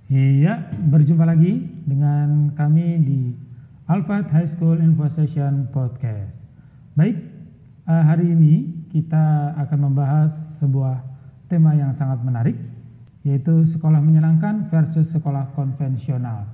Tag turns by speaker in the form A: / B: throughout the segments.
A: Iya, berjumpa lagi dengan kami di Alfat High School Info Session Podcast. Baik, hari ini kita akan membahas sebuah tema yang sangat menarik, yaitu sekolah menyenangkan versus sekolah konvensional.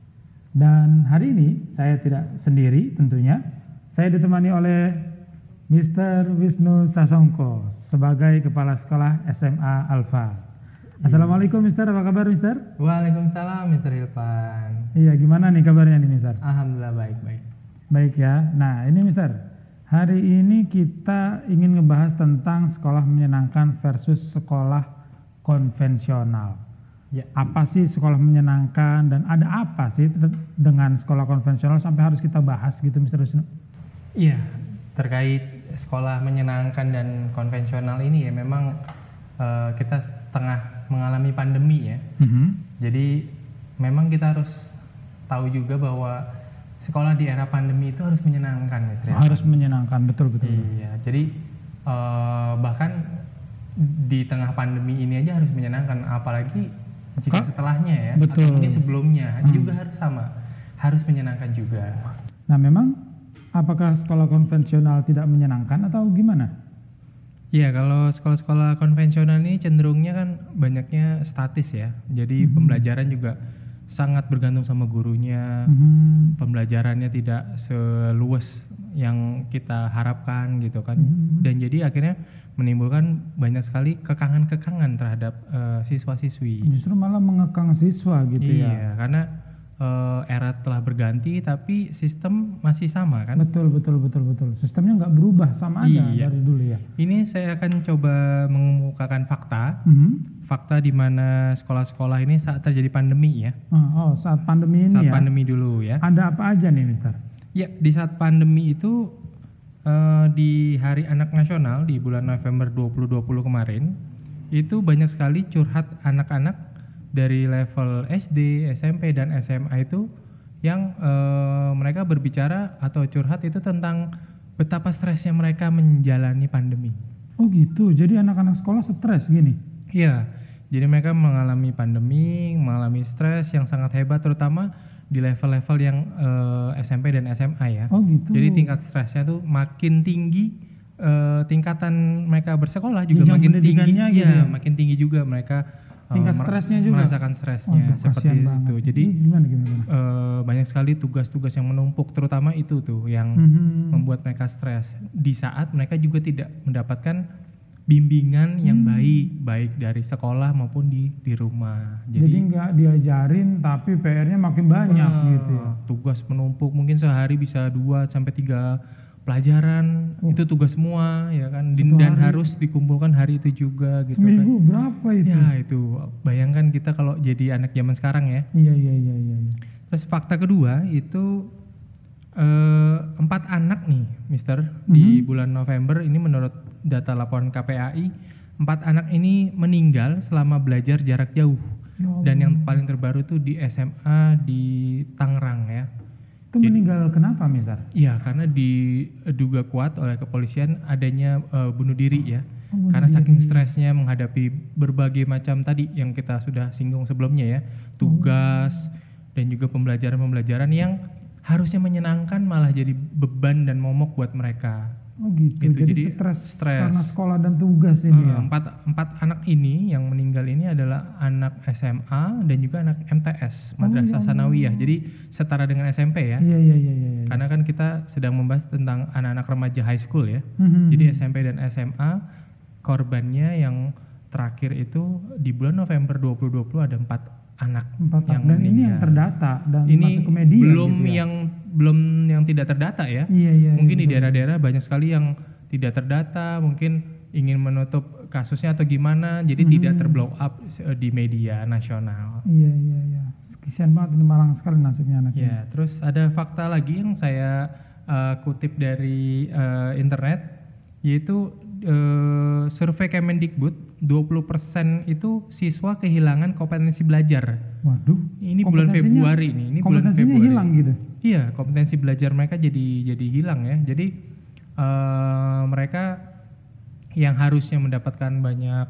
A: Dan hari ini saya tidak sendiri tentunya, saya ditemani oleh Mr. Wisnu Sasongko sebagai Kepala Sekolah SMA Alfa. Assalamualaikum Mister, apa kabar Mister?
B: Waalaikumsalam Mister Ilvan.
A: Iya, gimana nih kabarnya nih Mister?
B: Alhamdulillah baik-baik.
A: Baik ya, nah ini Mister, hari ini kita ingin ngebahas tentang sekolah menyenangkan versus sekolah konvensional.
B: Ya.
A: Apa sih sekolah menyenangkan dan ada apa sih dengan sekolah konvensional sampai harus kita bahas gitu Mister Wisnu?
B: Iya, terkait sekolah menyenangkan dan konvensional ini ya memang kita tengah mengalami pandemi ya. Jadi memang kita harus tahu juga bahwa sekolah di era pandemi itu harus menyenangkan,
A: Harus menyenangkan, betul.
B: Iya, jadi bahkan di tengah pandemi ini aja harus menyenangkan, apalagi jika setelahnya ya,
A: betul.
B: Atau mungkin sebelumnya juga harus sama, harus menyenangkan juga.
A: Nah memang apakah sekolah konvensional tidak menyenangkan atau gimana?
B: Iya, kalau sekolah-sekolah konvensional ini cenderungnya kan banyaknya statis ya. Jadi pembelajaran juga sangat bergantung sama gurunya. Pembelajarannya tidak seluas yang kita harapkan gitu kan. Dan jadi akhirnya menimbulkan banyak sekali kekangan-kekangan terhadap siswa-siswi.
A: Justru malah mengekang siswa gitu ya.
B: Iya, karena era telah berganti tapi sistem masih sama kan?
A: Betul. Sistemnya nggak berubah, sama aja dari dulu ya.
B: Ini saya akan coba mengemukakan fakta. Fakta di mana sekolah-sekolah ini saat terjadi pandemi ya.
A: Saat pandemi ini
B: saat
A: ya.
B: Pandemi dulu ya.
A: Ada apa aja nih, Mister?
B: Ya, di saat pandemi itu di Hari Anak Nasional di bulan November 2020 kemarin itu banyak sekali curhat anak-anak dari level SD, SMP, dan SMA itu yang mereka berbicara atau curhat itu tentang betapa stresnya mereka menjalani pandemi.
A: Oh gitu, jadi anak-anak sekolah stres gini?
B: Iya, jadi mereka mengalami pandemi, mengalami stres yang sangat hebat terutama di level-level yang SMP dan SMA ya.
A: Oh gitu.
B: Jadi tingkat stresnya tuh makin tinggi, tingkatan mereka bersekolah juga makin tinggi.
A: Gitu ya?
B: Makin tinggi juga mereka
A: tingkat stresnya juga
B: merasakan stresnya seperti itu.
A: Banget.
B: Jadi
A: gimana?
B: Banyak sekali tugas-tugas yang menumpuk, terutama itu tuh yang membuat mereka stres. Di saat mereka juga tidak mendapatkan bimbingan yang baik dari sekolah maupun di rumah.
A: Jadi nggak diajarin tapi PR-nya makin banyak gitu ya.
B: Tugas menumpuk, mungkin sehari bisa 2 sampai 3 pelajaran, itu tugas semua ya kan, dan harus dikumpulkan hari itu juga gitu.
A: Seminggu kan. Berapa itu?
B: Ya itu, bayangkan kita kalau jadi anak zaman sekarang ya.
A: Iya.
B: Terus fakta kedua itu 4 anak nih Mister di bulan November ini menurut data laporan KPAI 4 anak ini meninggal selama belajar jarak jauh. Dan yang paling terbaru tuh di SMA di Tangerang ya.
A: Itu meninggal kenapa, Mister?
B: Iya, karena diduga kuat oleh kepolisian adanya bunuh diri ya. Karena saking stresnya menghadapi berbagai macam tadi yang kita sudah singgung sebelumnya ya, tugas dan juga pembelajaran yang harusnya menyenangkan malah jadi beban dan momok buat mereka.
A: Oh gitu. Jadi stres karena sekolah dan tugas ini ya.
B: Empat anak ini yang meninggal ini adalah anak SMA dan juga anak MTS, Madrasah Sanawiyah. Jadi setara dengan SMP ya.
A: Iya.
B: Karena kan kita sedang membahas tentang anak-anak remaja high school ya. Jadi SMP dan SMA korbannya yang terakhir itu di bulan November 2020 ada 4 anak yang
A: dan ini yang terdata dan
B: ini
A: masuk ke media
B: belum
A: gitu ya?
B: belum yang tidak terdata ya.
A: Iya,
B: mungkin di daerah-daerah banyak sekali yang tidak terdata, mungkin ingin menutup kasusnya atau gimana, jadi tidak terblow up di media nasional.
A: Iya. Kasihan banget, ini malang sekali nasibnya anaknya.
B: Ya, terus ada fakta lagi yang saya kutip dari internet, yaitu survei Kemendikbud 20% itu siswa kehilangan kompetensi belajar.
A: Waduh.
B: Ini bulan Februari nih. Ini bulan Februari.
A: Hilang gitu.
B: Iya, kompetensi belajar mereka jadi hilang ya. Jadi mereka yang harusnya mendapatkan banyak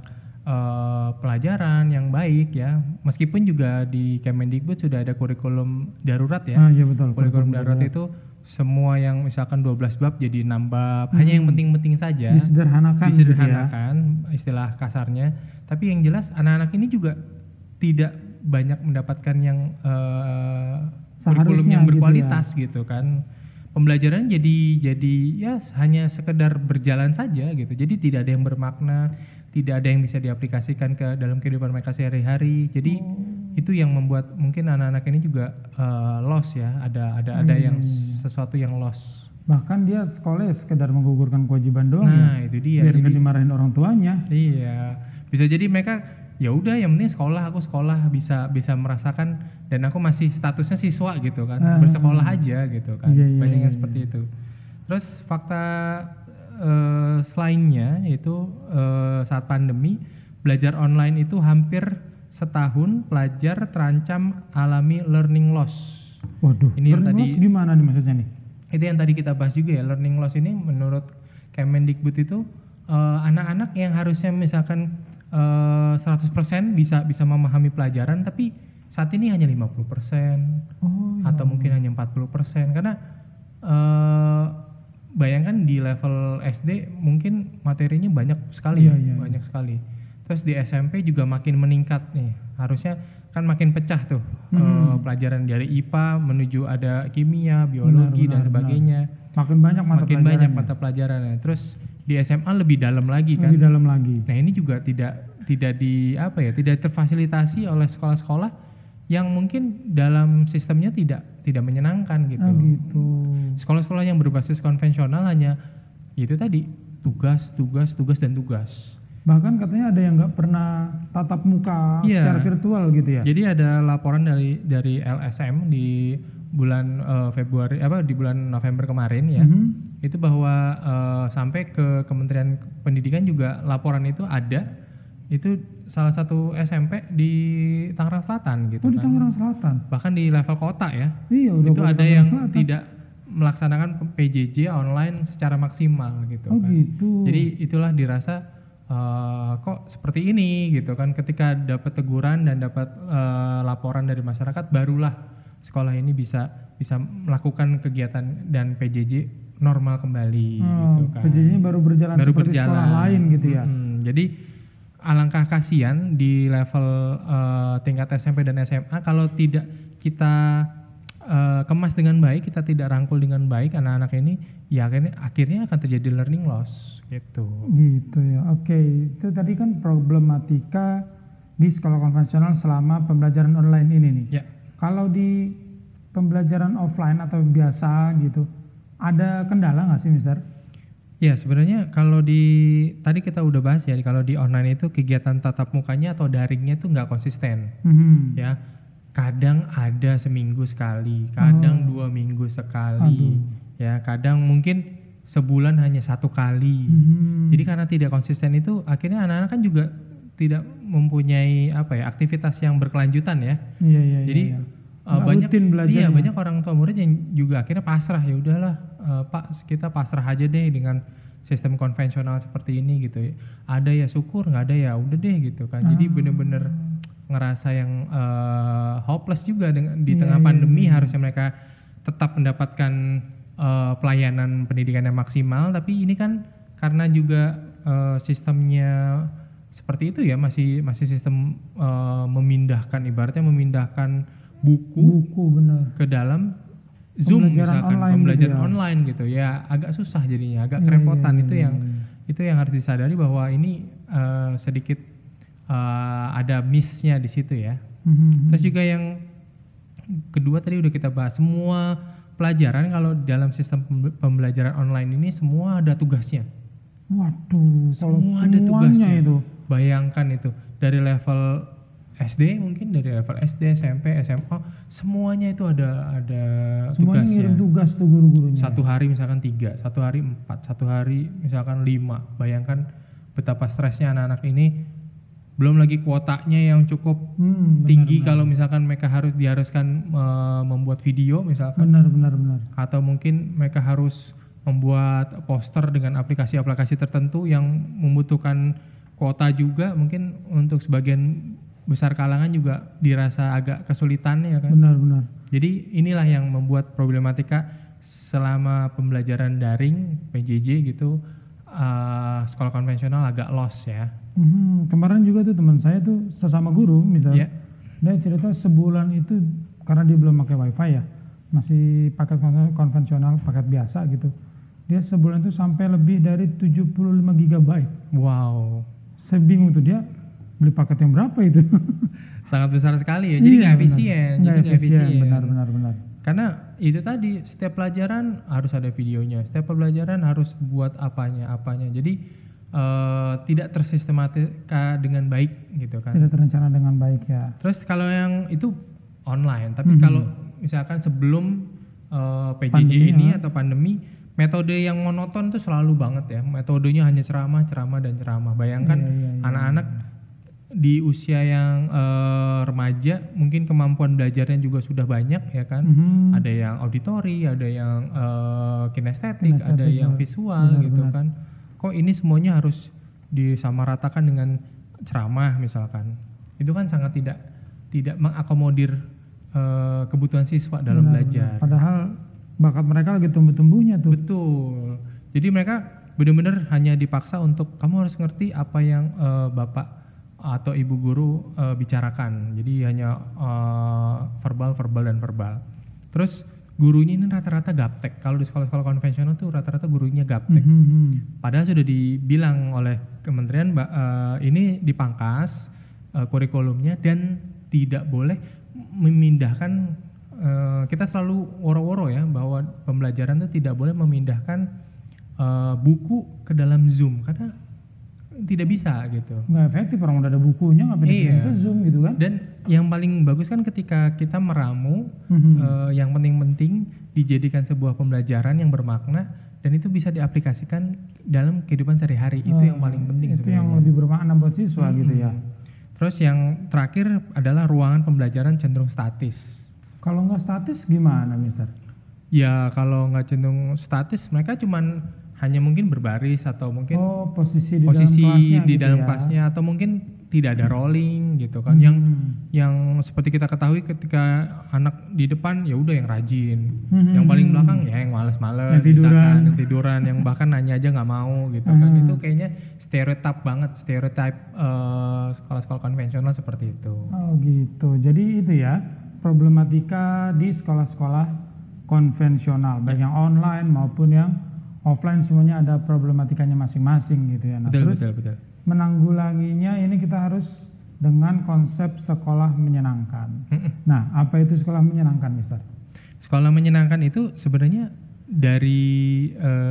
B: pelajaran yang baik ya. Meskipun juga di Kemendikbud sudah ada kurikulum darurat ya.
A: Iya betul.
B: Kurikulum darurat itu semua yang misalkan 12 bab jadi 6 bab, hanya yang penting-penting saja.
A: Disederhanakan gitu ya.
B: Istilah kasarnya. Tapi yang jelas anak-anak ini juga tidak banyak mendapatkan yang kurikulum yang berkualitas gitu kan. Pembelajaran jadi ya hanya sekedar berjalan saja gitu. Jadi tidak ada yang bermakna, tidak ada yang bisa diaplikasikan ke dalam kehidupan mereka sehari-hari. Jadi itu yang membuat mungkin anak-anak ini juga lost ya. Ada yang sesuatu yang lost.
A: Bahkan dia sekolah sekedar menggugurkan kewajiban doang.
B: Nah, itu dia.
A: Biar nggak dimarahin orang tuanya.
B: Iya. Bisa jadi mereka ya udah yang penting aku sekolah bisa merasakan dan aku masih statusnya siswa gitu kan. Bersekolah aja gitu kan. Banyak yang seperti itu. Terus fakta selainnya itu saat pandemi belajar online itu hampir setahun pelajar terancam alami learning loss.
A: Waduh,
B: ini
A: learning loss gimana nih maksudnya nih?
B: Itu yang tadi kita bahas juga ya, learning loss ini menurut Kemendikbud itu anak-anak yang harusnya misalkan 100% bisa memahami pelajaran tapi saat ini hanya 50% atau mungkin hanya 40% karena bayangkan di level SD mungkin materinya banyak sekali banyak sekali. Terus di SMP juga makin meningkat nih. Harusnya kan makin pecah tuh pelajaran dari IPA menuju ada kimia, biologi dan sebagainya.
A: Makin banyak
B: mata pelajarannya. Terus di SMA lebih dalam lagi kan.
A: Lebih dalam lagi.
B: Nah, ini juga tidak terfasilitasi oleh sekolah-sekolah yang mungkin dalam sistemnya tidak menyenangkan gitu.
A: Gitu.
B: Sekolah-sekolah yang berbasis konvensional hanya itu tadi tugas dan tugas.
A: Bahkan katanya ada yang nggak pernah tatap muka secara virtual gitu ya.
B: Jadi ada laporan dari LSM di bulan di bulan November kemarin ya. Itu bahwa sampai ke Kementerian Pendidikan juga laporan itu ada. Itu salah satu SMP di Tangerang Selatan gitu kan.
A: Di Tangerang Selatan.
B: Bahkan di level kota ya.
A: Iya,
B: itu ada yang tidak melaksanakan PJJ online secara maksimal gitu kan.
A: Gitu.
B: Jadi itulah dirasa kok seperti ini gitu kan, ketika dapat teguran dan dapat laporan dari masyarakat barulah sekolah ini bisa melakukan kegiatan dan PJJ normal kembali gitu kan.
A: PJJ-nya baru berjalan seperti sekolah lain gitu ya.
B: Jadi alangkah kasihan di level tingkat SMP dan SMA kalau tidak kita kemas dengan baik, kita tidak rangkul dengan baik anak-anak ini, ya akhirnya akan terjadi learning loss gitu.
A: Gitu ya. Oke, itu tadi kan problematika di sekolah konvensional selama pembelajaran online ini nih.
B: Ya.
A: Kalau di pembelajaran offline atau biasa gitu, ada kendala nggak sih, Mister?
B: Ya, sebenarnya kalau tadi kita udah bahas ya, kalau di online itu kegiatan tatap mukanya atau daringnya itu nggak konsisten. Ya. Kadang ada seminggu sekali, kadang 2 minggu sekali. Ya, kadang mungkin sebulan hanya 1 kali. Jadi karena tidak konsisten itu akhirnya anak-anak kan juga tidak mempunyai aktivitas yang berkelanjutan ya.
A: Iya.
B: Jadi banyak orang tua murid yang juga akhirnya pasrah, ya udahlah Pak, kita pasrah aja deh dengan sistem konvensional seperti ini gitu ya. Ada ya syukur, nggak ada ya udah deh gitu kan. Jadi bener-bener ngerasa yang hopeless juga di tengah pandemi. Harusnya mereka tetap mendapatkan pelayanan pendidikan yang maksimal, tapi ini kan karena juga sistemnya seperti itu ya, masih sistem memindahkan buku benar ke dalam Zoom misalkan, pembelajaran online gitu ya, agak susah jadinya, agak kerepotan. Itu yang harus disadari bahwa ini sedikit ada miss-nya di situ ya. Terus juga yang kedua tadi udah kita bahas, semua pelajaran kalau dalam sistem pembelajaran online ini semua ada tugasnya.
A: Waduh,
B: semua ada tugasnya itu. Bayangkan itu dari level SD, mungkin dari level SD, SMP, SMA, semuanya itu ada tugasnya.
A: Semuanya ngirim tugas tuh guru-gurunya.
B: 1 hari misalkan 3, 1 hari 4, 1 hari misalkan 5. Bayangkan betapa stresnya anak-anak ini. Belum lagi kuotanya yang cukup tinggi kalau misalkan mereka diharuskan membuat video misalkan.
A: Benar.
B: Atau mungkin mereka harus membuat poster dengan aplikasi-aplikasi tertentu yang membutuhkan kuota juga mungkin untuk sebagian besar kalangan juga dirasa agak kesulitan ya kan.
A: Benar.
B: Jadi inilah yang membuat problematika selama pembelajaran daring PJJ gitu, sekolah konvensional agak lost ya.
A: Kemarin juga tuh teman saya tuh sesama guru misalnya, dia cerita sebulan itu karena dia belum pakai wifi ya, masih paket konvensional, paket biasa gitu. Dia sebulan itu sampai lebih dari 75 GB.
B: Wow.
A: Saya bingung tuh, dia beli paket yang berapa itu?
B: Sangat besar sekali ya, jadi nggak efisien.
A: Nggak efisien. Benar.
B: Karena itu tadi, setiap pelajaran harus ada videonya, setiap pelajaran harus buat apanya. Jadi tidak tersistematika dengan baik gitu kan.
A: Tidak terencana dengan baik ya.
B: Terus kalau yang itu online, tapi kalau misalkan sebelum PJJ
A: pandemi,
B: ini atau pandemi, metode yang monoton tuh selalu banget ya. Metodenya hanya ceramah. Bayangkan anak-anak di usia yang remaja, mungkin kemampuan belajarnya juga sudah banyak ya kan. Ada yang auditori, ada yang kinestetik, ada yang visual gitu kan. Kok ini semuanya harus disamaratakan dengan ceramah misalkan? Itu kan sangat tidak mengakomodir kebutuhan siswa dalam belajar.
A: Padahal bakat mereka lagi tumbuh-tumbuhnya tuh.
B: Betul. Jadi mereka benar-benar hanya dipaksa untuk kamu harus ngerti apa yang bapak atau ibu guru bicarakan. Jadi hanya verbal. Terus gurunya ini rata-rata gaptek. Kalau di sekolah-sekolah konvensional tuh rata-rata gurunya gaptek. Padahal sudah dibilang oleh kementerian ini dipangkas kurikulumnya dan tidak boleh memindahkan. Kita selalu woro-woro ya bahwa pembelajaran itu tidak boleh memindahkan buku ke dalam Zoom karena tidak bisa gitu.
A: Nggak efektif, orang udah ada bukunya ngapain ke Zoom gitu kan.
B: Dan yang paling bagus kan ketika kita meramu yang penting-penting dijadikan sebuah pembelajaran yang bermakna dan itu bisa diaplikasikan dalam kehidupan sehari-hari. Itu yang paling penting
A: itu sebenarnya. Yang lebih bermakna buat siswa gitu ya.
B: Terus yang terakhir adalah ruangan pembelajaran cenderung statis.
A: Kalau nggak statis gimana, Mister?
B: Ya kalau nggak cenderung statis, mereka cuman hanya mungkin berbaris atau mungkin
A: posisi
B: di dalam kelasnya atau mungkin tidak ada rolling gitu kan. Yang seperti kita ketahui ketika anak di depan ya udah yang rajin, yang paling belakang ya yang malas-malas, yang tiduran, yang bahkan nanya aja nggak mau gitu kan. Itu kayaknya stereotip sekolah-sekolah konvensional seperti itu.
A: Oh gitu. Jadi itu ya problematika di sekolah-sekolah konvensional, baik yang online maupun yang offline, semuanya ada problematikanya masing-masing gitu ya. Nah,
B: betul.
A: Menanggulanginya ini kita harus dengan konsep sekolah menyenangkan. Nah, apa itu sekolah menyenangkan, Mister?
B: Sekolah menyenangkan itu sebenarnya dari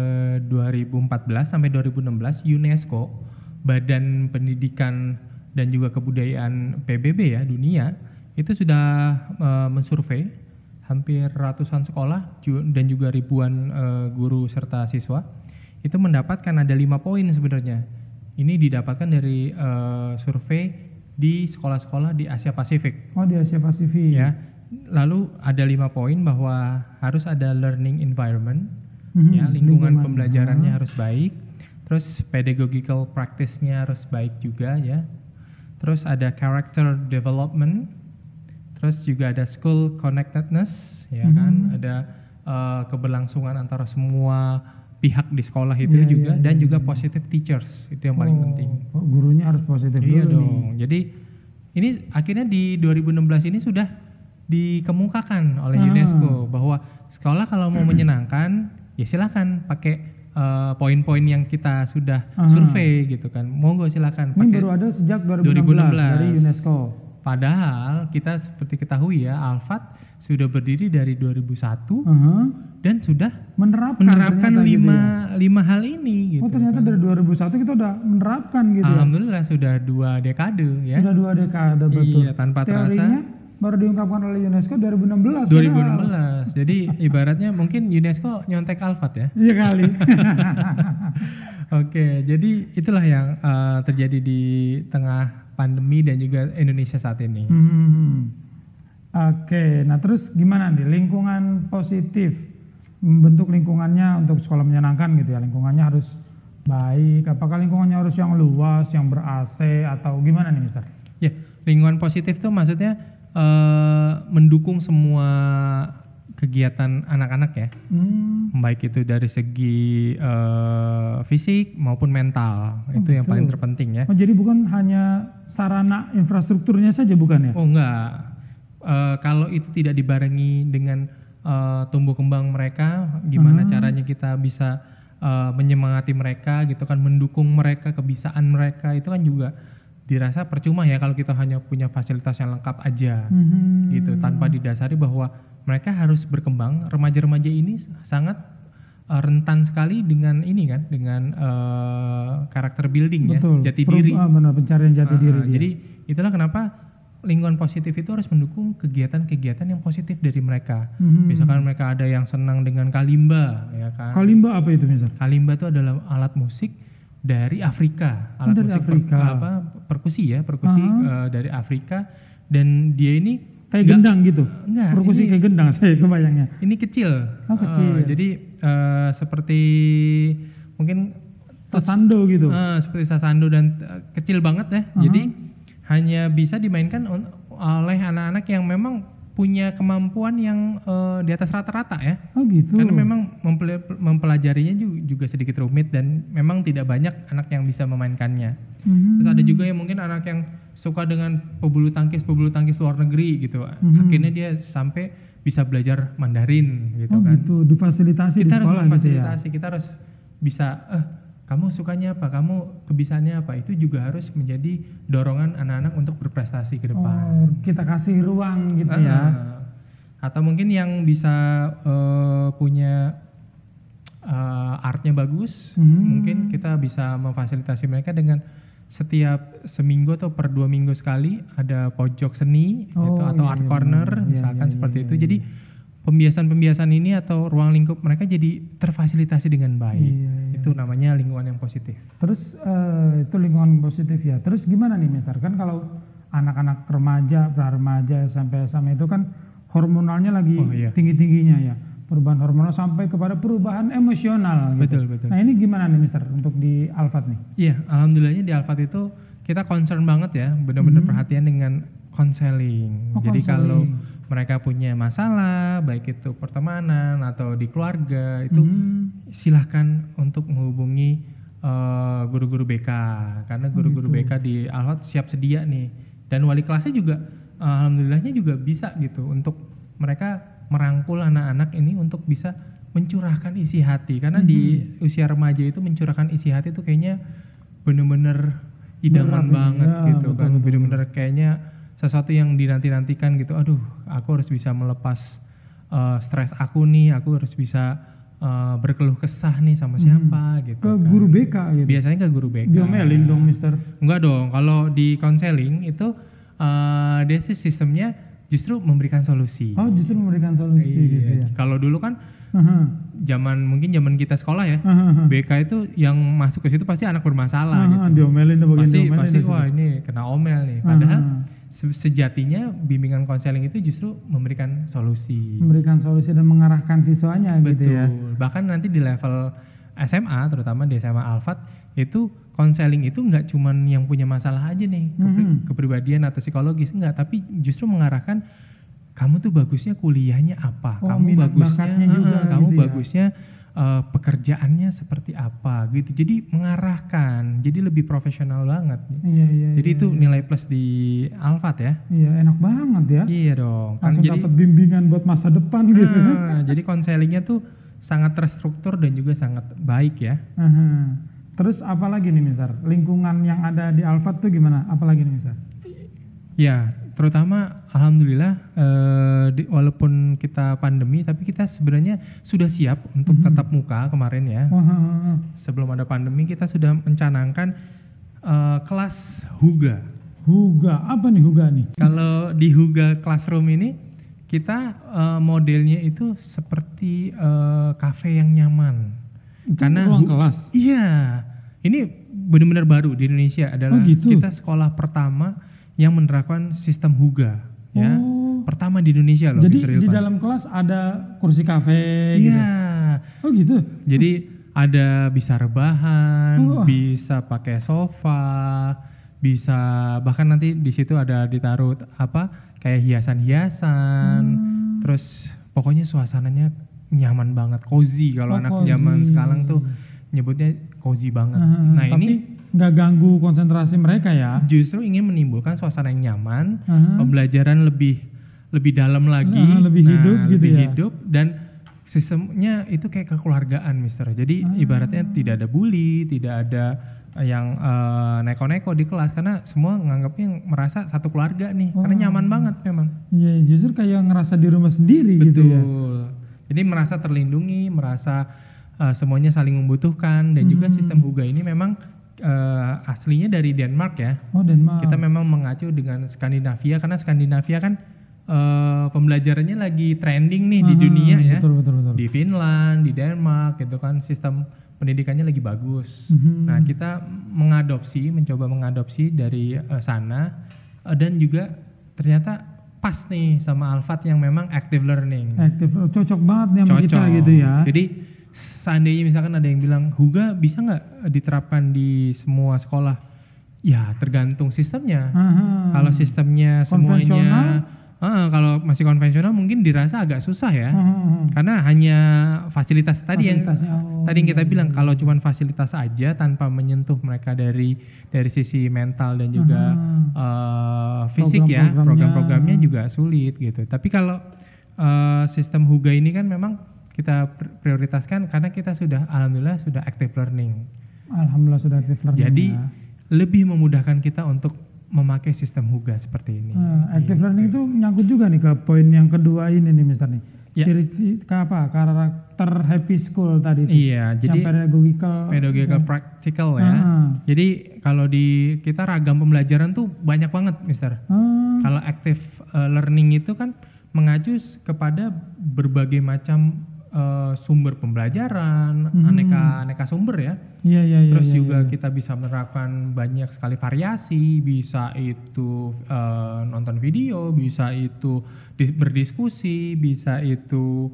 B: 2014 sampai 2016 UNESCO, Badan Pendidikan dan juga Kebudayaan PBB ya dunia, itu sudah mensurvei hampir ratusan sekolah dan juga ribuan guru serta siswa. Itu mendapatkan ada 5 poin sebenarnya. Ini didapatkan dari survei di sekolah-sekolah di Asia Pasifik.
A: Oh, di Asia Pasifik.
B: Ya. Lalu ada 5 poin bahwa harus ada learning environment, ya, lingkungan pembelajarannya harus baik. Terus pedagogical practice-nya harus baik juga ya. Terus ada character development. Terus juga ada school connectedness, ya kan, ada keberlangsungan antara semua pihak di sekolah itu juga, dan juga positive teachers, itu yang paling penting.
A: Gurunya harus positif
B: dulu
A: dong.
B: Nih. Jadi ini akhirnya di 2016 ini sudah dikemukakan oleh UNESCO bahwa sekolah kalau mau menyenangkan, ya silakan pakai poin-poin yang kita sudah survei gitu kan. Monggo silakan.
A: Ini baru ada sejak 2016 dari UNESCO.
B: Padahal kita seperti ketahui ya, Alfat sudah berdiri dari 2001 dan sudah menerapkan 5 hal ini gitu.
A: Oh, ternyata dari 2001 kita udah menerapkan gitu.
B: Alhamdulillah sudah 2 dekade ya.
A: Sudah 2 dekade, betul.
B: Iya, tanpa
A: teorinya
B: terasa
A: baru diungkapkan oleh UNESCO 2016.
B: Jadi ibaratnya mungkin UNESCO nyontek Alfat ya.
A: Iya kali.
B: Oke, jadi itulah yang terjadi di tengah pandemi dan juga Indonesia saat ini.
A: Oke, nah terus gimana nih lingkungan positif, membentuk lingkungannya untuk sekolah menyenangkan gitu ya, lingkungannya harus Baik, apakah lingkungannya harus yang luas, yang ber-AC atau gimana nih, Mister?
B: Ya, lingkungan positif tuh maksudnya mendukung semua kegiatan anak-anak ya, baik itu dari segi fisik maupun mental, itu yang paling terpenting ya.
A: Oh, jadi bukan hanya sarana infrastrukturnya saja bukan ya?
B: Oh enggak, kalau itu tidak dibarengi dengan tumbuh kembang mereka, gimana caranya kita bisa menyemangati mereka gitu kan, mendukung mereka, kebisaan mereka, itu kan juga dirasa percuma ya kalau kita hanya punya fasilitas yang lengkap aja gitu, tanpa didasari bahwa mereka harus berkembang. Remaja-remaja ini sangat rentan sekali dengan ini kan, dengan karakter building.
A: Betul.
B: Ya, jati diri.
A: Benar, pencarian jati diri.
B: Jadi itulah kenapa lingkungan positif itu harus mendukung kegiatan-kegiatan yang positif dari mereka. Misalkan mereka ada yang senang dengan kalimba, ya kan?
A: Kalimba apa itu, Mister?
B: Kalimba itu adalah alat musik dari Afrika, alat
A: dari
B: musik
A: Afrika.
B: Perkusi dari Afrika, dan dia ini
A: kayak gendang gitu?
B: Enggak,
A: perkusi
B: ini,
A: kayak gendang saya kebayangnya.
B: Ini kecil.
A: Oh, kecil.
B: Jadi seperti mungkin
A: sasando gitu.
B: Seperti sasando dan kecil banget ya. Jadi hanya bisa dimainkan oleh anak-anak yang memang punya kemampuan yang di atas rata-rata ya.
A: Oh gitu.
B: Karena memang mempelajarinya juga sedikit rumit dan memang tidak banyak anak yang bisa memainkannya. Terus ada juga yang mungkin anak yang suka dengan pebulu tangkis luar negeri gitu. Akhirnya dia sampai bisa belajar Mandarin gitu kan.
A: Gitu, difasilitasi
B: kita
A: di sekolah
B: harus
A: gitu ya.
B: Kita harus bisa kamu sukanya apa, kamu kebisaannya apa, itu juga harus menjadi dorongan anak-anak untuk berprestasi ke depan.
A: Oh, kita kasih ruang gitu ya.
B: Atau mungkin yang bisa punya artnya bagus, mungkin kita bisa memfasilitasi mereka dengan setiap seminggu atau per 2 minggu sekali ada pojok seni gitu, atau art corner misalkan seperti itu. Jadi pembiasan-pembiasan ini atau ruang lingkup mereka jadi terfasilitasi dengan baik. Itu namanya lingkungan yang positif.
A: Terus itu lingkungan positif ya. Terus gimana nih, Mister? Kan kalau anak-anak remaja, pra-remaja sampai SMA itu kan hormonalnya lagi tinggi-tingginya ya. Perubahan hormonal sampai kepada perubahan emosional gitu.
B: Betul.
A: Nah, ini gimana nih, Mister, untuk di Alfat nih?
B: Iya, alhamdulillahnya di Alfat itu kita concern banget ya, benar-benar perhatian dengan konseling. Jadi kalau mereka punya masalah, baik itu pertemanan atau di keluarga, itu silahkan untuk menghubungi guru-guru BK, karena guru-guru BK di Alfat siap sedia nih, dan wali kelasnya juga alhamdulillahnya juga bisa gitu untuk mereka merangkul anak-anak ini untuk bisa mencurahkan isi hati, karena di usia remaja itu mencurahkan isi hati itu kayaknya bener-bener idaman banget gitu kan, bener-bener kayaknya sesuatu yang dinanti-nantikan gitu. Aduh, aku harus bisa melepas stres aku nih, aku harus bisa berkeluh kesah nih sama siapa gitu.
A: Ke
B: kan.
A: Guru BK gitu?
B: Biasanya ke guru BK.
A: Diomelin dong, Mister?
B: Enggak dong, kalau di konseling itu dia sih sistemnya justru memberikan solusi.
A: Oh, justru memberikan solusi gitu ya.
B: Kalau dulu kan zaman kita sekolah ya, BK itu yang masuk ke situ pasti anak bermasalah gitu.
A: Diomelin
B: pasti wah ini kena omel nih. Padahal sejatinya bimbingan konseling itu justru memberikan solusi.
A: Memberikan solusi dan mengarahkan siswanya.
B: Betul.
A: Gitu ya.
B: Bahkan nanti di level SMA, terutama di SMA Alfat, itu konseling itu nggak cuman yang punya masalah aja nih, kepribadian atau psikologis, enggak, tapi justru mengarahkan kamu tuh bagusnya kuliahnya apa, kamu bagusnya bagusnya pekerjaannya seperti apa gitu. Jadi mengarahkan, jadi lebih profesional banget. Jadi itu nilai plus di Alfat ya.
A: Iya, enak banget ya.
B: Iya dong.
A: Langsung dapat bimbingan buat masa depan gitu.
B: Jadi konselingnya tuh sangat terstruktur dan juga sangat baik ya.
A: Terus apa lagi nih, Mister? Lingkungan yang ada di Alfat tuh gimana? Apa lagi nih, Mister?
B: Ya, terutama alhamdulillah walaupun kita pandemi, tapi kita sebenarnya sudah siap untuk tatap muka kemarin ya. Sebelum ada pandemi kita sudah mencanangkan kelas Huga.
A: Huga, apa nih Huga nih?
B: Kalau di Huga Classroom ini kita modelnya itu seperti kafe yang nyaman.
A: Itu
B: karena
A: ruang kelas?
B: Iya, ini benar-benar baru di Indonesia, adalah kita sekolah pertama yang menerapkan sistem Huga. Ya, pertama di Indonesia loh.
A: Jadi di dalam kelas ada kursi kafe gitu?
B: Iya.
A: Oh gitu?
B: Jadi ada bisa rebahan, bisa pakai sofa, bisa bahkan nanti di situ ada ditaruh kayak hiasan-hiasan. Terus pokoknya suasananya nyaman banget, cozy kalau anak zaman sekarang tuh nyebutnya cozy banget. Nah,
A: tapi
B: ini
A: nggak ganggu konsentrasi mereka ya?
B: Justru ingin menimbulkan suasana yang nyaman, pembelajaran lebih dalam lagi,
A: lebih hidup gitu
B: lebih
A: ya.
B: hidup, dan sistemnya itu kayak kekeluargaan, Mister. Jadi ibaratnya tidak ada bully, tidak ada yang neko-neko di kelas, karena semua nganggapnya merasa satu keluarga nih, karena nyaman banget memang.
A: Iya, justru kayak ngerasa di rumah sendiri. Betul. Gitu ya.
B: Jadi merasa terlindungi, merasa semuanya saling membutuhkan, dan juga sistem Huga ini memang aslinya dari Denmark ya.
A: Denmark.
B: Kita memang mengacu dengan Skandinavia, karena Skandinavia kan pembelajarannya lagi trending nih di dunia ya.
A: Betul.
B: Di Finland, di Denmark gitu kan, sistem pendidikannya lagi bagus. Nah, kita mencoba mengadopsi dari sana, dan juga ternyata pas nih sama Alphard yang memang active learning.
A: Cocok banget nih sama kita gitu ya.
B: Jadi seandainya misalkan ada yang bilang Huga bisa nggak diterapkan di semua sekolah? Ya tergantung sistemnya. Kalau sistemnya semuanya kalau masih konvensional mungkin dirasa agak susah ya. Karena hanya fasilitas tadi yang kita bilang, kalau cuma fasilitas aja tanpa menyentuh mereka dari sisi mental dan juga fisik ya, program-programnya juga sulit gitu. Tapi kalau sistem Huga ini kan memang kita prioritaskan karena kita alhamdulillah sudah active learning.
A: Alhamdulillah sudah active learning.
B: Jadi lebih memudahkan kita untuk memakai sistem Huga seperti ini.
A: Active learning itu nyangkut juga nih ke poin yang kedua ini nih, Mister nih. Ciri karakter happy school tadi itu.
B: Iya, jadi pedagogical practical ya. Jadi kalau di kita ragam pembelajaran tuh banyak banget, Mister. Kalau active learning itu kan mengacu kepada berbagai macam sumber pembelajaran, aneka sumber ya. Terus juga kita bisa menerapkan banyak sekali variasi, bisa itu nonton video, bisa itu berdiskusi, bisa itu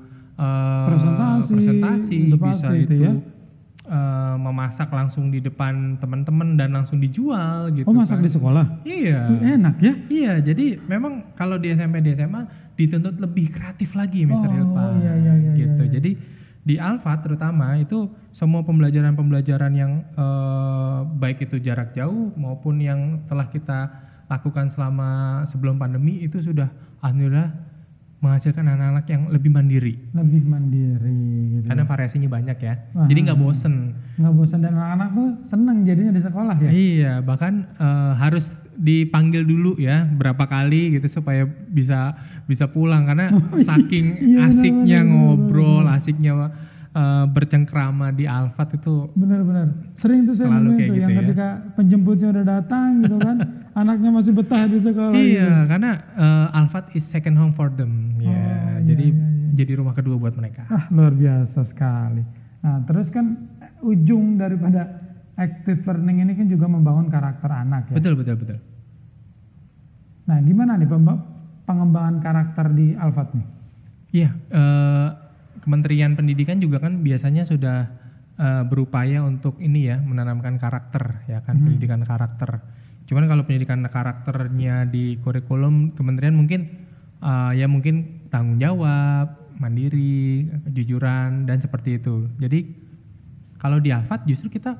B: presentasi, bisa itu memasak langsung di depan teman-teman dan langsung dijual gitu.
A: Masak di sekolah?
B: Iya.
A: Enak ya?
B: Iya, jadi memang kalau di SMP, di SMA dituntut lebih kreatif lagi, Mr. Hilpan. Gitu. Jadi di Alphard terutama itu semua pembelajaran yang baik itu jarak jauh maupun yang telah kita lakukan selama sebelum pandemi itu sudah alhamdulillah menghasilkan anak-anak yang lebih mandiri. Gitu. Karena variasinya banyak ya. Jadi nggak bosen.
A: Dan anak-anak tuh senang jadinya di sekolah ya.
B: Iya, bahkan harus dipanggil dulu ya berapa kali gitu supaya bisa pulang karena saking asiknya ngobrol, asiknya bercengkrama di Alphard itu.
A: Benar. Sering tuh saya nemuin tuh yang ketika penjemputnya udah datang gitu kan, anaknya masih betah di sekolah.
B: Iya, gitu. Karena Alphard is second home for them. Jadi rumah kedua buat mereka.
A: Luar biasa sekali. Nah, terus kan ujung daripada active learning ini kan juga membangun karakter anak ya.
B: Betul.
A: Nah, gimana nih pengembangan karakter di Alphard nih?
B: Iya, Kementerian Pendidikan juga kan biasanya sudah berupaya untuk ini ya, menanamkan karakter ya kan, pendidikan karakter. Cuman kalau pendidikan karakternya di kurikulum kementerian mungkin mungkin tanggung jawab, mandiri, kejujuran dan seperti itu. Jadi kalau di Alphard justru kita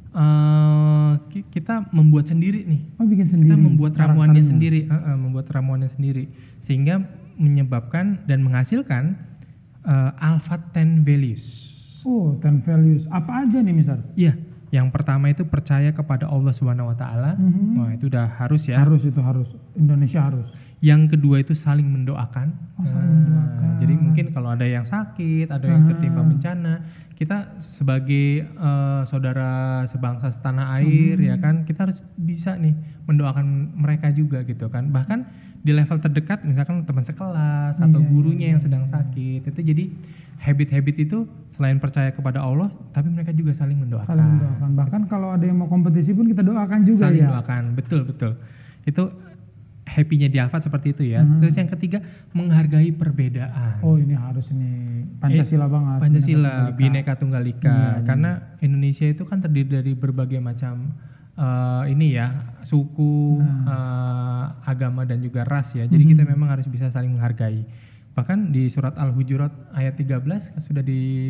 B: membuat sendiri nih.
A: Bikin sendiri.
B: Kita membuat ramuannya sendiri, sehingga menyebabkan dan menghasilkan Alphard 10 values.
A: 10 values. Apa aja nih, Mister?
B: Iya, yang pertama itu percaya kepada Allah Subhanahu wa taala. Wah, itu udah harus ya.
A: Harus. Indonesia harus.
B: Yang kedua itu saling mendoakan.
A: Saling mendoakan.
B: Jadi mungkin kalau ada yang sakit, ada yang tertimpa bencana, kita sebagai saudara sebangsa setanah air ya kan, kita harus bisa nih mendoakan mereka juga gitu kan. Bahkan di level terdekat misalkan teman sekelas atau gurunya yang sedang sakit, itu jadi habit-habit itu selain percaya kepada Allah, tapi mereka juga saling mendoakan.
A: Bahkan kalau ada yang mau kompetisi pun kita doakan juga
B: saling
A: ya.
B: Saling doakan, betul. Itu happy-nya di Alphard seperti itu ya. Terus yang ketiga, menghargai perbedaan.
A: Oh, ini harus ini Pancasila banget.
B: Pancasila, Bhinneka Tunggal Ika.
A: Iya.
B: Karena Indonesia itu kan terdiri dari berbagai macam ini ya, suku, agama dan juga ras ya. Jadi kita memang harus bisa saling menghargai. Bahkan di surat Al-Hujurat ayat 13 sudah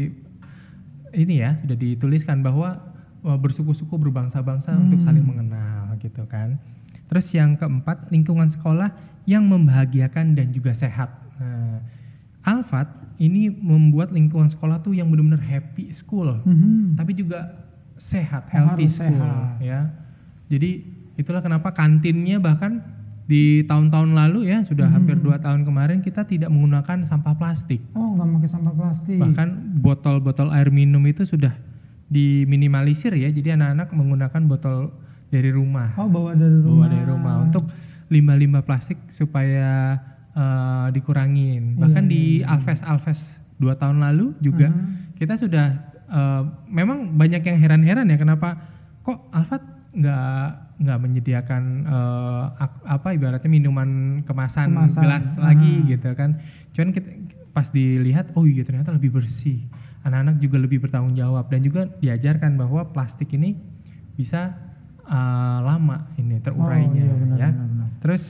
B: sudah dituliskan bahwa bersuku-suku berbangsa-bangsa untuk saling mengenal gitu kan. Terus yang keempat, lingkungan sekolah yang membahagiakan dan juga sehat. Nah, Alphard ini membuat lingkungan sekolah tuh yang benar-benar happy school, tapi juga sehat, healthy school ya. Jadi itulah kenapa kantinnya bahkan di tahun-tahun lalu ya, sudah hampir 2 tahun kemarin kita tidak menggunakan sampah plastik.
A: Oh, nggak pakai sampah plastik.
B: Bahkan botol-botol air minum itu sudah diminimalisir ya, jadi anak-anak menggunakan botol dari rumah.
A: Oh, bawa dari rumah.
B: Untuk limbah-limbah plastik supaya dikurangin. Bahkan di Alves 2 tahun lalu juga kita sudah memang banyak yang heran-heran ya, kenapa kok Alphard nggak menyediakan ibaratnya minuman kemasan gelas lagi gitu kan. Cuman kita pas dilihat, oh iya ternyata lebih bersih, anak-anak juga lebih bertanggung jawab, dan juga diajarkan bahwa plastik ini bisa lama ini terurainya benar. Terus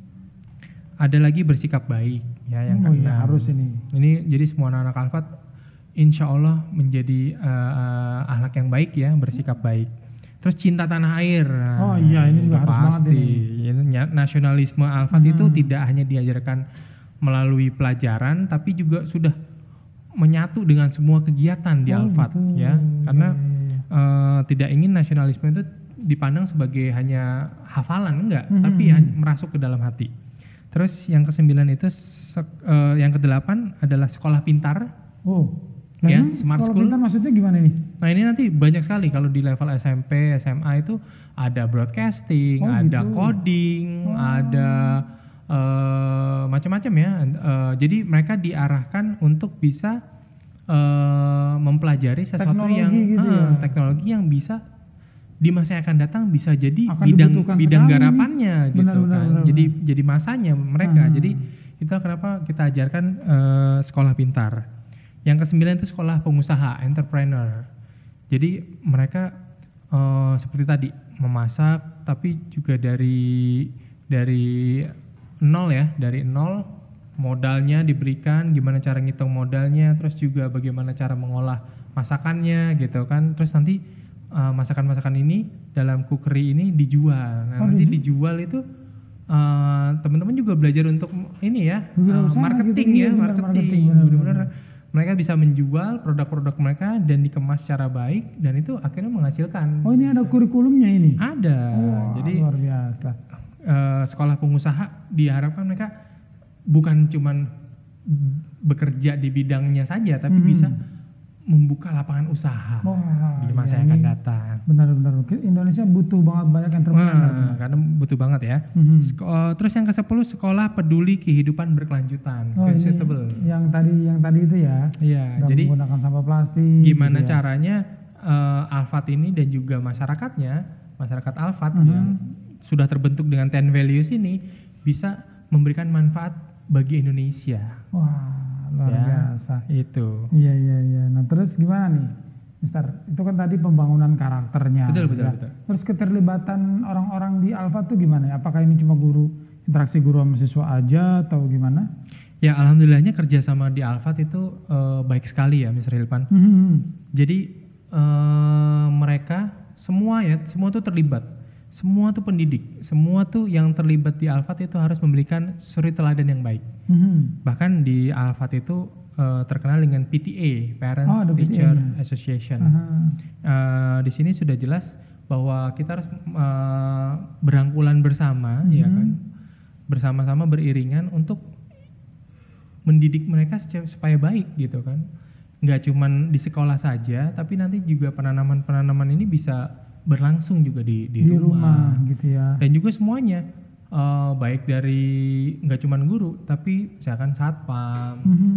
B: ada lagi bersikap baik ya, yang keenam.
A: Harus ini
B: jadi semua anak-anak Alphard insya Allah menjadi akhlak yang baik ya, bersikap baik. Terus cinta tanah air.
A: Ini juga harus banget ini.
B: Nasionalisme Alphard itu tidak hanya diajarkan melalui pelajaran, tapi juga sudah menyatu dengan semua kegiatan di Alphard ya. Karena tidak ingin nasionalisme itu dipandang sebagai hanya hafalan, enggak, tapi merasuk ke dalam hati. Terus yang ke-9 itu yang ke-8 adalah sekolah pintar. Ya, smart school.
A: Pintar maksudnya gimana nih?
B: Nah, ini nanti banyak sekali kalau di level SMP, SMA itu ada broadcasting, ada coding, ada macam-macam ya. Jadi mereka diarahkan untuk bisa mempelajari sesuatu teknologi yang bisa di masa yang akan datang bisa jadi bidang garapannya gitu kan. Jadi masanya mereka. Jadi itulah kenapa kita ajarkan sekolah pintar. Yang ke-9 itu sekolah pengusaha, entrepreneur. Jadi mereka seperti tadi memasak, tapi juga dari nol ya, dari nol modalnya diberikan, gimana cara ngitung modalnya, terus juga bagaimana cara mengolah masakannya gitu kan. Terus nanti masakan-masakan ini dalam cookery ini dijual. Nah, nanti dijual itu teman-teman juga belajar untuk ini ya, marketing gitu, marketing. Benar-benar mereka bisa menjual produk-produk mereka dan dikemas secara baik, dan itu akhirnya menghasilkan.
A: Oh, ini ada kurikulumnya ini?
B: Ada. Jadi
A: luar biasa.
B: Sekolah pengusaha diharapkan mereka bukan cuman bekerja di bidangnya saja, tapi bisa membuka lapangan usaha di masa yang akan datang.
A: Benar-benar. Indonesia butuh banget entrepreneur.
B: Karena butuh banget ya. Terus yang ke-10 sekolah peduli kehidupan berkelanjutan, sustainable.
A: Yang tadi itu ya.
B: Iya.
A: Jadi menggunakan sampah plastik.
B: Gimana caranya Alphard ini dan juga masyarakat Alphard yang sudah terbentuk dengan 10 values ini bisa memberikan manfaat bagi Indonesia.
A: Luar biasa.
B: Itu.
A: Iya. Nah, terus gimana nih, Mister? Itu kan tadi pembangunan karakternya.
B: Betul.
A: Terus keterlibatan orang-orang di Alphard tuh gimana ya? Apakah ini cuma interaksi guru sama siswa aja atau gimana?
B: Ya, alhamdulillahnya kerjasama di Alphard itu baik sekali ya, Mr. Hilpan. Jadi mereka semua tuh terlibat. Semua tuh pendidik, semua tuh yang terlibat di Alphard itu harus memberikan suri teladan yang baik. Bahkan di Alphard itu terkenal dengan PTA, Parents Teacher Association. Di sini sudah jelas bahwa kita harus berangkulan bersama, ya kan, bersama-sama beriringan untuk mendidik mereka supaya baik gitu kan. Nggak cuman di sekolah saja, tapi nanti juga penanaman ini bisa berlangsung juga di rumah
A: gitu ya.
B: Dan juga semuanya baik dari nggak cuma guru, tapi misalkan satpam,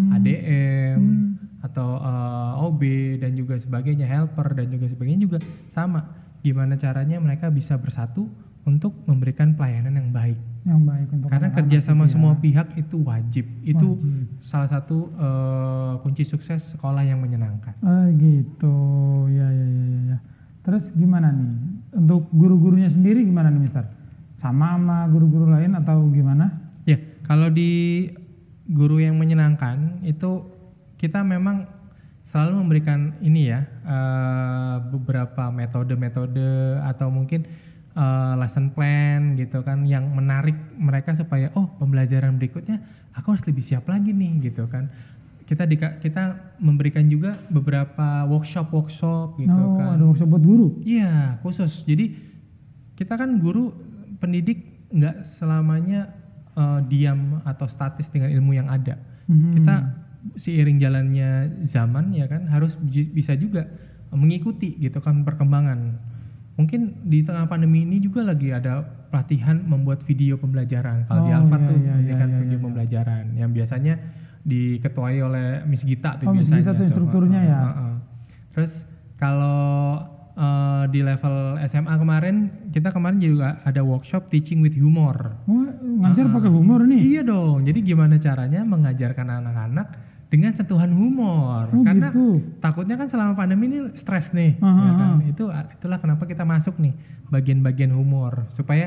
B: ADM atau OB dan juga sebagainya, helper dan juga sebagainya juga sama. Gimana caranya mereka bisa bersatu untuk memberikan pelayanan yang baik.
A: Yang baik untuk
B: Karena
A: anak-anak
B: kerja sama
A: gitu ya.
B: semua pihak itu wajib. Itu
A: Wajib.
B: salah satu kunci sukses sekolah yang menyenangkan.
A: Gitu, ya. Terus gimana nih? Untuk guru-gurunya sendiri gimana nih, Mister? Sama guru-guru lain atau gimana?
B: Ya, kalau di guru yang menyenangkan itu kita memang selalu memberikan ini ya, beberapa metode-metode atau mungkin lesson plan gitu kan yang menarik mereka supaya pembelajaran berikutnya aku harus lebih siap lagi nih gitu kan. Kita memberikan juga beberapa workshop gitu kan.
A: Ada workshop buat guru?
B: Iya, khusus. Jadi kita kan guru pendidik nggak selamanya diam atau statis dengan ilmu yang ada. Kita seiring jalannya zaman ya kan harus bisa juga mengikuti gitu kan perkembangan. Mungkin di tengah pandemi ini juga lagi ada pelatihan membuat video pembelajaran. Kalau di Alfa tuh memberikan video pembelajaran yang biasanya diketuai oleh Miss Gita tuh biasanya.
A: Miss Gita tuh instrukturnya ya.
B: Terus kalau di level SMA kemarin juga ada workshop teaching with humor.
A: Ngajar pakai humor nih?
B: Iya dong. Jadi gimana caranya mengajarkan anak-anak dengan sentuhan humor? Karena takutnya kan selama pandemi ini stres nih, ya kan? Itulah kenapa kita masuk nih bagian-bagian humor supaya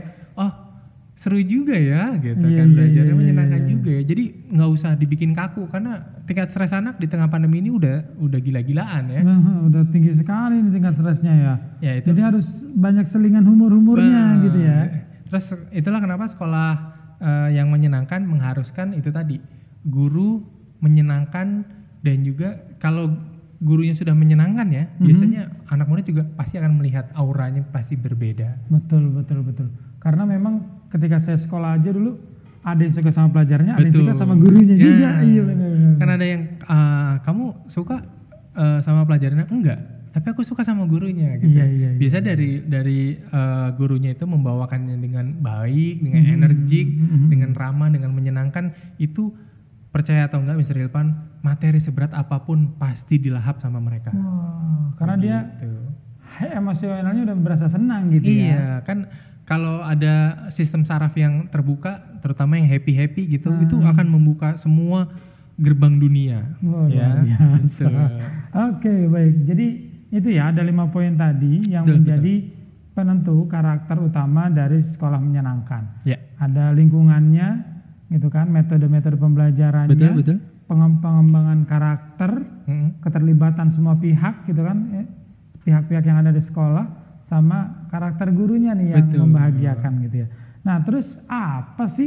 B: seru juga ya gitu kan, belajarnya menyenangkan juga ya. Jadi nggak usah dibikin kaku karena tingkat stres anak di tengah pandemi ini udah gila-gilaan ya.
A: Udah tinggi sekali nih tingkat stresnya ya.
B: Itu.
A: Jadi harus banyak selingan humor-humornya gitu ya.
B: Terus itulah kenapa sekolah yang menyenangkan mengharuskan itu tadi, guru menyenangkan, dan juga kalau gurunya sudah menyenangkan ya, biasanya anak murid juga pasti akan melihat auranya pasti berbeda.
A: Betul. Karena memang ketika saya sekolah aja dulu ada yang suka sama pelajarnya, ada yang suka sama gurunya juga. Iya benar.
B: Kan ada yang kamu suka sama pelajarannya? Enggak, tapi aku suka sama gurunya gitu.
A: Iya.
B: Biasa dari gurunya itu membawakannya dengan baik, dengan energik, dengan ramah, dengan menyenangkan. Itu percaya atau enggak Mr. Ilvan, materi seberat apapun pasti dilahap sama mereka.
A: Karena dia emosionalnya udah berasa senang gitu ya.
B: Iya, kan kalau ada sistem saraf yang terbuka, terutama yang happy gitu, itu akan membuka semua gerbang dunia.
A: Luar biasa. Oke, baik. Jadi itu ya ada 5 poin tadi yang menjadi penentu karakter utama dari sekolah menyenangkan.
B: Ya.
A: Ada lingkungannya, gitu kan, metode-metode pembelajarannya, pengembangan karakter, keterlibatan semua pihak, gitu kan, pihak-pihak yang ada di sekolah, sama karakter gurunya nih yang membahagiakan gitu ya. Nah, terus apa sih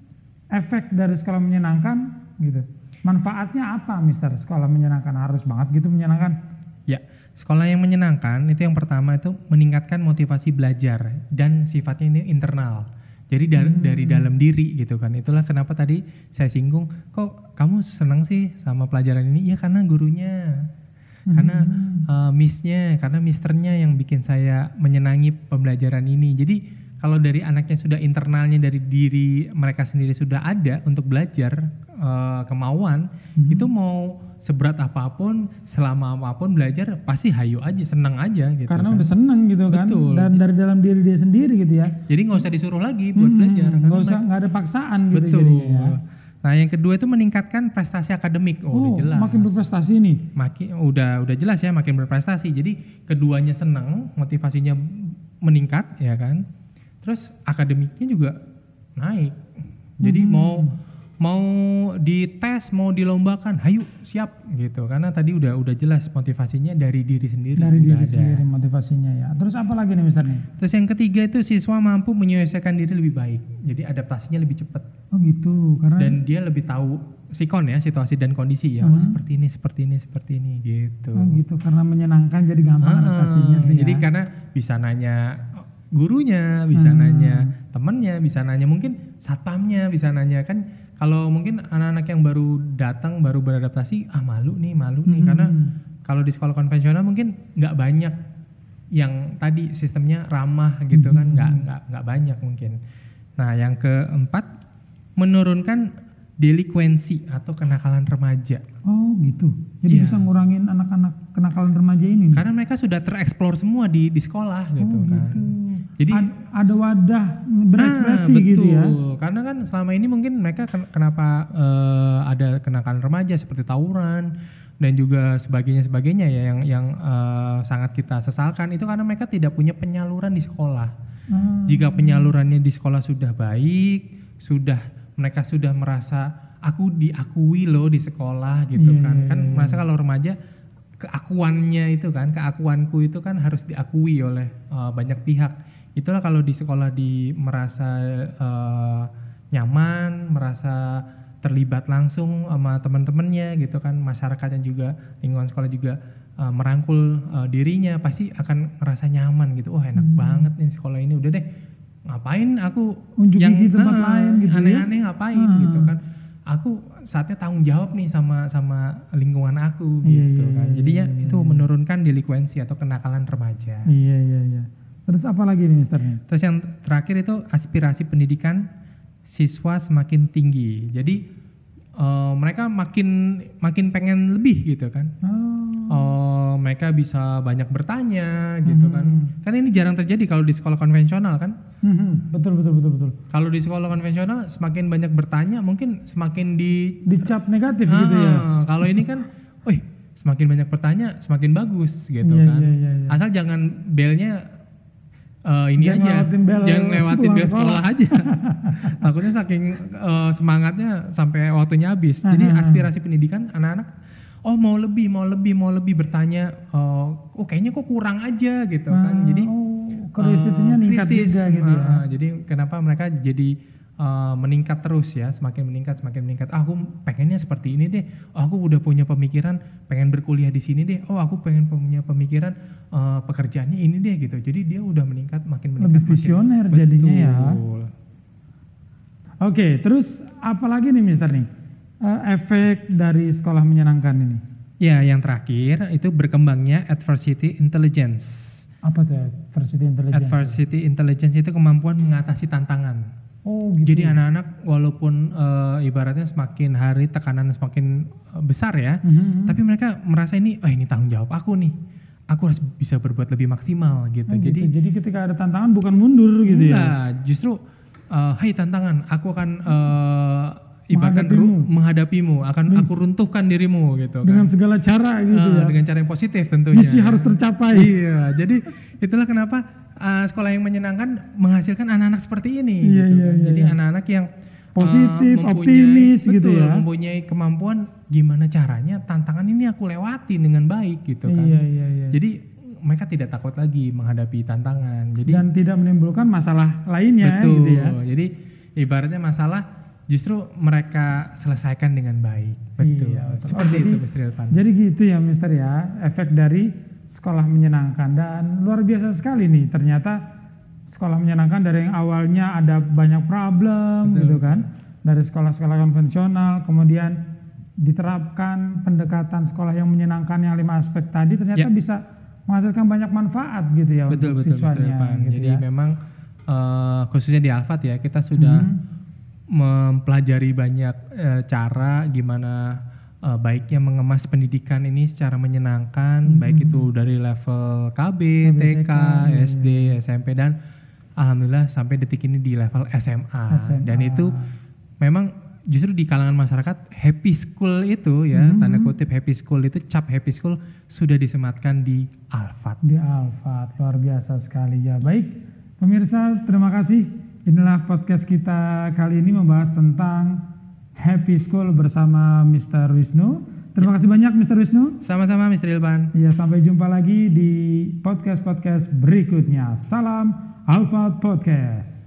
A: efek dari sekolah menyenangkan gitu? Manfaatnya apa, Mister? Sekolah menyenangkan harus banget gitu menyenangkan?
B: Ya, sekolah yang menyenangkan itu yang pertama itu meningkatkan motivasi belajar dan sifatnya ini internal. Jadi dari dalam diri gitu kan. Itulah kenapa tadi saya singgung, kok kamu senang sih sama pelajaran ini? Ya karena gurunya, karena missnya, karena misternya yang bikin saya menyenangi pembelajaran ini. Jadi kalau dari anaknya sudah internalnya dari diri mereka sendiri sudah ada untuk belajar, kemauan, itu mau seberat apapun, selama apapun belajar pasti hayu aja, senang aja gitu.
A: Karena
B: kan.
A: udah senang gitu kan.
B: Betul.
A: Dan dari dalam diri dia sendiri gitu ya.
B: Jadi nggak usah disuruh lagi buat belajar.
A: Nggak ada paksaan gitu.
B: Betul.
A: Jadinya, ya.
B: Nah, yang kedua itu meningkatkan prestasi akademik. Udah jelas.
A: Makin berprestasi nih.
B: Udah jelas ya, makin berprestasi. Jadi keduanya senang, motivasinya meningkat ya kan. Terus akademiknya juga naik. Jadi mau dites, mau dilombakan, hayu siap gitu. Karena tadi udah jelas motivasinya dari diri sendiri.
A: Dari diri sendiri motivasinya ya. Terus apa lagi nih misalnya?
B: Terus yang ketiga itu siswa mampu menyelesaikan diri lebih baik. Jadi adaptasinya lebih cepat.
A: Oh gitu.
B: Dan dia lebih tahu sikon ya, situasi dan kondisi ya. Seperti ini gitu.
A: Oh gitu. Karena menyenangkan jadi gampang adaptasinya sih.
B: Jadi karena bisa nanya gurunya, bisa nanya temannya, bisa nanya mungkin satpamnya, bisa nanya kan. Kalau mungkin anak-anak yang baru datang, baru beradaptasi, malu nih, karena kalau di sekolah konvensional mungkin nggak banyak yang tadi sistemnya ramah gitu kan, nggak banyak mungkin. Nah, yang keempat menurunkan delinkuensi atau kenakalan remaja.
A: Oh gitu. Jadi bisa ngurangin anak-anak kenakalan remaja ini.
B: Karena mereka sudah tereksplor semua di sekolah gitu kan. Gitu. Jadi
A: ada wadah berekspresi gitu ya.
B: Karena kan selama ini mungkin mereka kenapa ada kenakalan remaja seperti tawuran dan juga sebagainya ya yang sangat kita sesalkan itu karena mereka tidak punya penyaluran di sekolah. Jika penyalurannya di sekolah sudah baik, mereka sudah merasa aku diakui loh di sekolah gitu kan merasa kalau remaja keakuanku itu kan harus diakui oleh banyak pihak. Itulah kalau di sekolah merasa nyaman, merasa terlibat langsung sama teman-temannya gitu kan, masyarakatnya juga, lingkungan sekolah juga merangkul dirinya, pasti akan ngerasa nyaman gitu. Wah enak banget nih sekolah ini, udah deh ngapain aku
A: unjuk
B: yang
A: di tempat lain gitu
B: aneh-aneh ngapain gitu kan. Aku saatnya tanggung jawab nih sama lingkungan aku gitu kan. Jadinya itu menurunkan delinkuensi atau kenakalan remaja.
A: Iya. Terus apa lagi nih misternya?
B: Terus yang terakhir itu aspirasi pendidikan siswa semakin tinggi. Jadi mereka makin pengen lebih gitu kan. Mereka bisa banyak bertanya gitu kan. Kan ini jarang terjadi kalau di sekolah konvensional kan.
A: Betul.
B: Kalau di sekolah konvensional semakin banyak bertanya mungkin semakin
A: dicap negatif gitu ya.
B: Kalau ini kan, semakin banyak bertanya semakin bagus gitu kan.
A: Iya.
B: Asal jangan belnya jangan lewatin bel sekolah aja. Takutnya saking semangatnya sampai waktunya habis. Jadi aspirasi pendidikan anak-anak mau lebih bertanya, kayaknya kok kurang aja gitu kan. Jadi
A: curiosity-nya meningkat juga gitu ya.
B: Jadi kenapa mereka jadi meningkat terus ya, semakin meningkat. Aku pengennya seperti ini deh. Aku udah punya pemikiran pengen berkuliah di sini deh. Aku pengen punya pemikiran pekerjaannya ini deh gitu. Jadi dia udah meningkat, makin meningkat.
A: Lebih visioner jadinya ya. Oke, terus apa lagi nih Mister nih? Efek dari sekolah menyenangkan ini?
B: Ya, yang terakhir itu berkembangnya adversity intelligence.
A: Apa tuh adversity intelligence?
B: Adversity intelligence itu kemampuan mengatasi tantangan.
A: Gitu.
B: Jadi anak-anak walaupun ibaratnya semakin hari tekanan semakin besar ya, tapi mereka merasa ini tanggung jawab aku nih. Aku harus bisa berbuat lebih maksimal gitu.
A: Jadi ketika ada tantangan bukan mundur gitu ya.
B: Justru hai tantangan, aku akan ibaratkan menghadapimu, akan aku runtuhkan dirimu gitu
A: dengan
B: kan.
A: segala cara gitu ya.
B: Dengan cara yang positif tentunya.
A: Misi harus tercapai.
B: Iya, jadi itulah kenapa sekolah yang menyenangkan menghasilkan anak-anak seperti ini gitu kan. Jadi anak-anak yang
A: positif, optimis gitu ya.
B: Mempunyai kemampuan gimana caranya tantangan ini aku lewati dengan baik gitu kan.
A: Iya.
B: Jadi mereka tidak takut lagi menghadapi tantangan. Jadi
A: dan tidak menimbulkan masalah lainnya gitu ya.
B: Jadi ibaratnya masalah justru mereka selesaikan dengan baik. Betul. Seperti itu Mr. Ilvan.
A: Jadi gitu ya Mister ya, efek dari sekolah menyenangkan. Dan luar biasa sekali nih, ternyata sekolah menyenangkan dari yang awalnya ada banyak problem gitu kan, dari sekolah-sekolah konvensional, kemudian diterapkan pendekatan sekolah yang menyenangkan yang 5 aspek tadi, ternyata bisa menghasilkan banyak manfaat gitu ya untuk siswanya gitu.
B: Jadi memang khususnya di Alfat ya, kita sudah mempelajari banyak cara gimana baiknya mengemas pendidikan ini secara menyenangkan, baik itu dari level KB, TK, SD, SMP, dan alhamdulillah sampai detik ini di level SMA. Dan itu memang justru di kalangan masyarakat happy school itu ya, tanda kutip happy school itu, cap happy school sudah disematkan di Alfat.
A: Di Alfat, luar biasa sekali ya. Baik, pemirsa, terima kasih. Inilah podcast kita kali ini membahas tentang Happy School bersama Mr. Wisnu. Terima kasih banyak Mr. Wisnu.
B: Sama-sama Mr. Ilvan.
A: Ya, sampai jumpa lagi di podcast-podcast berikutnya. Salam Alfat Podcast.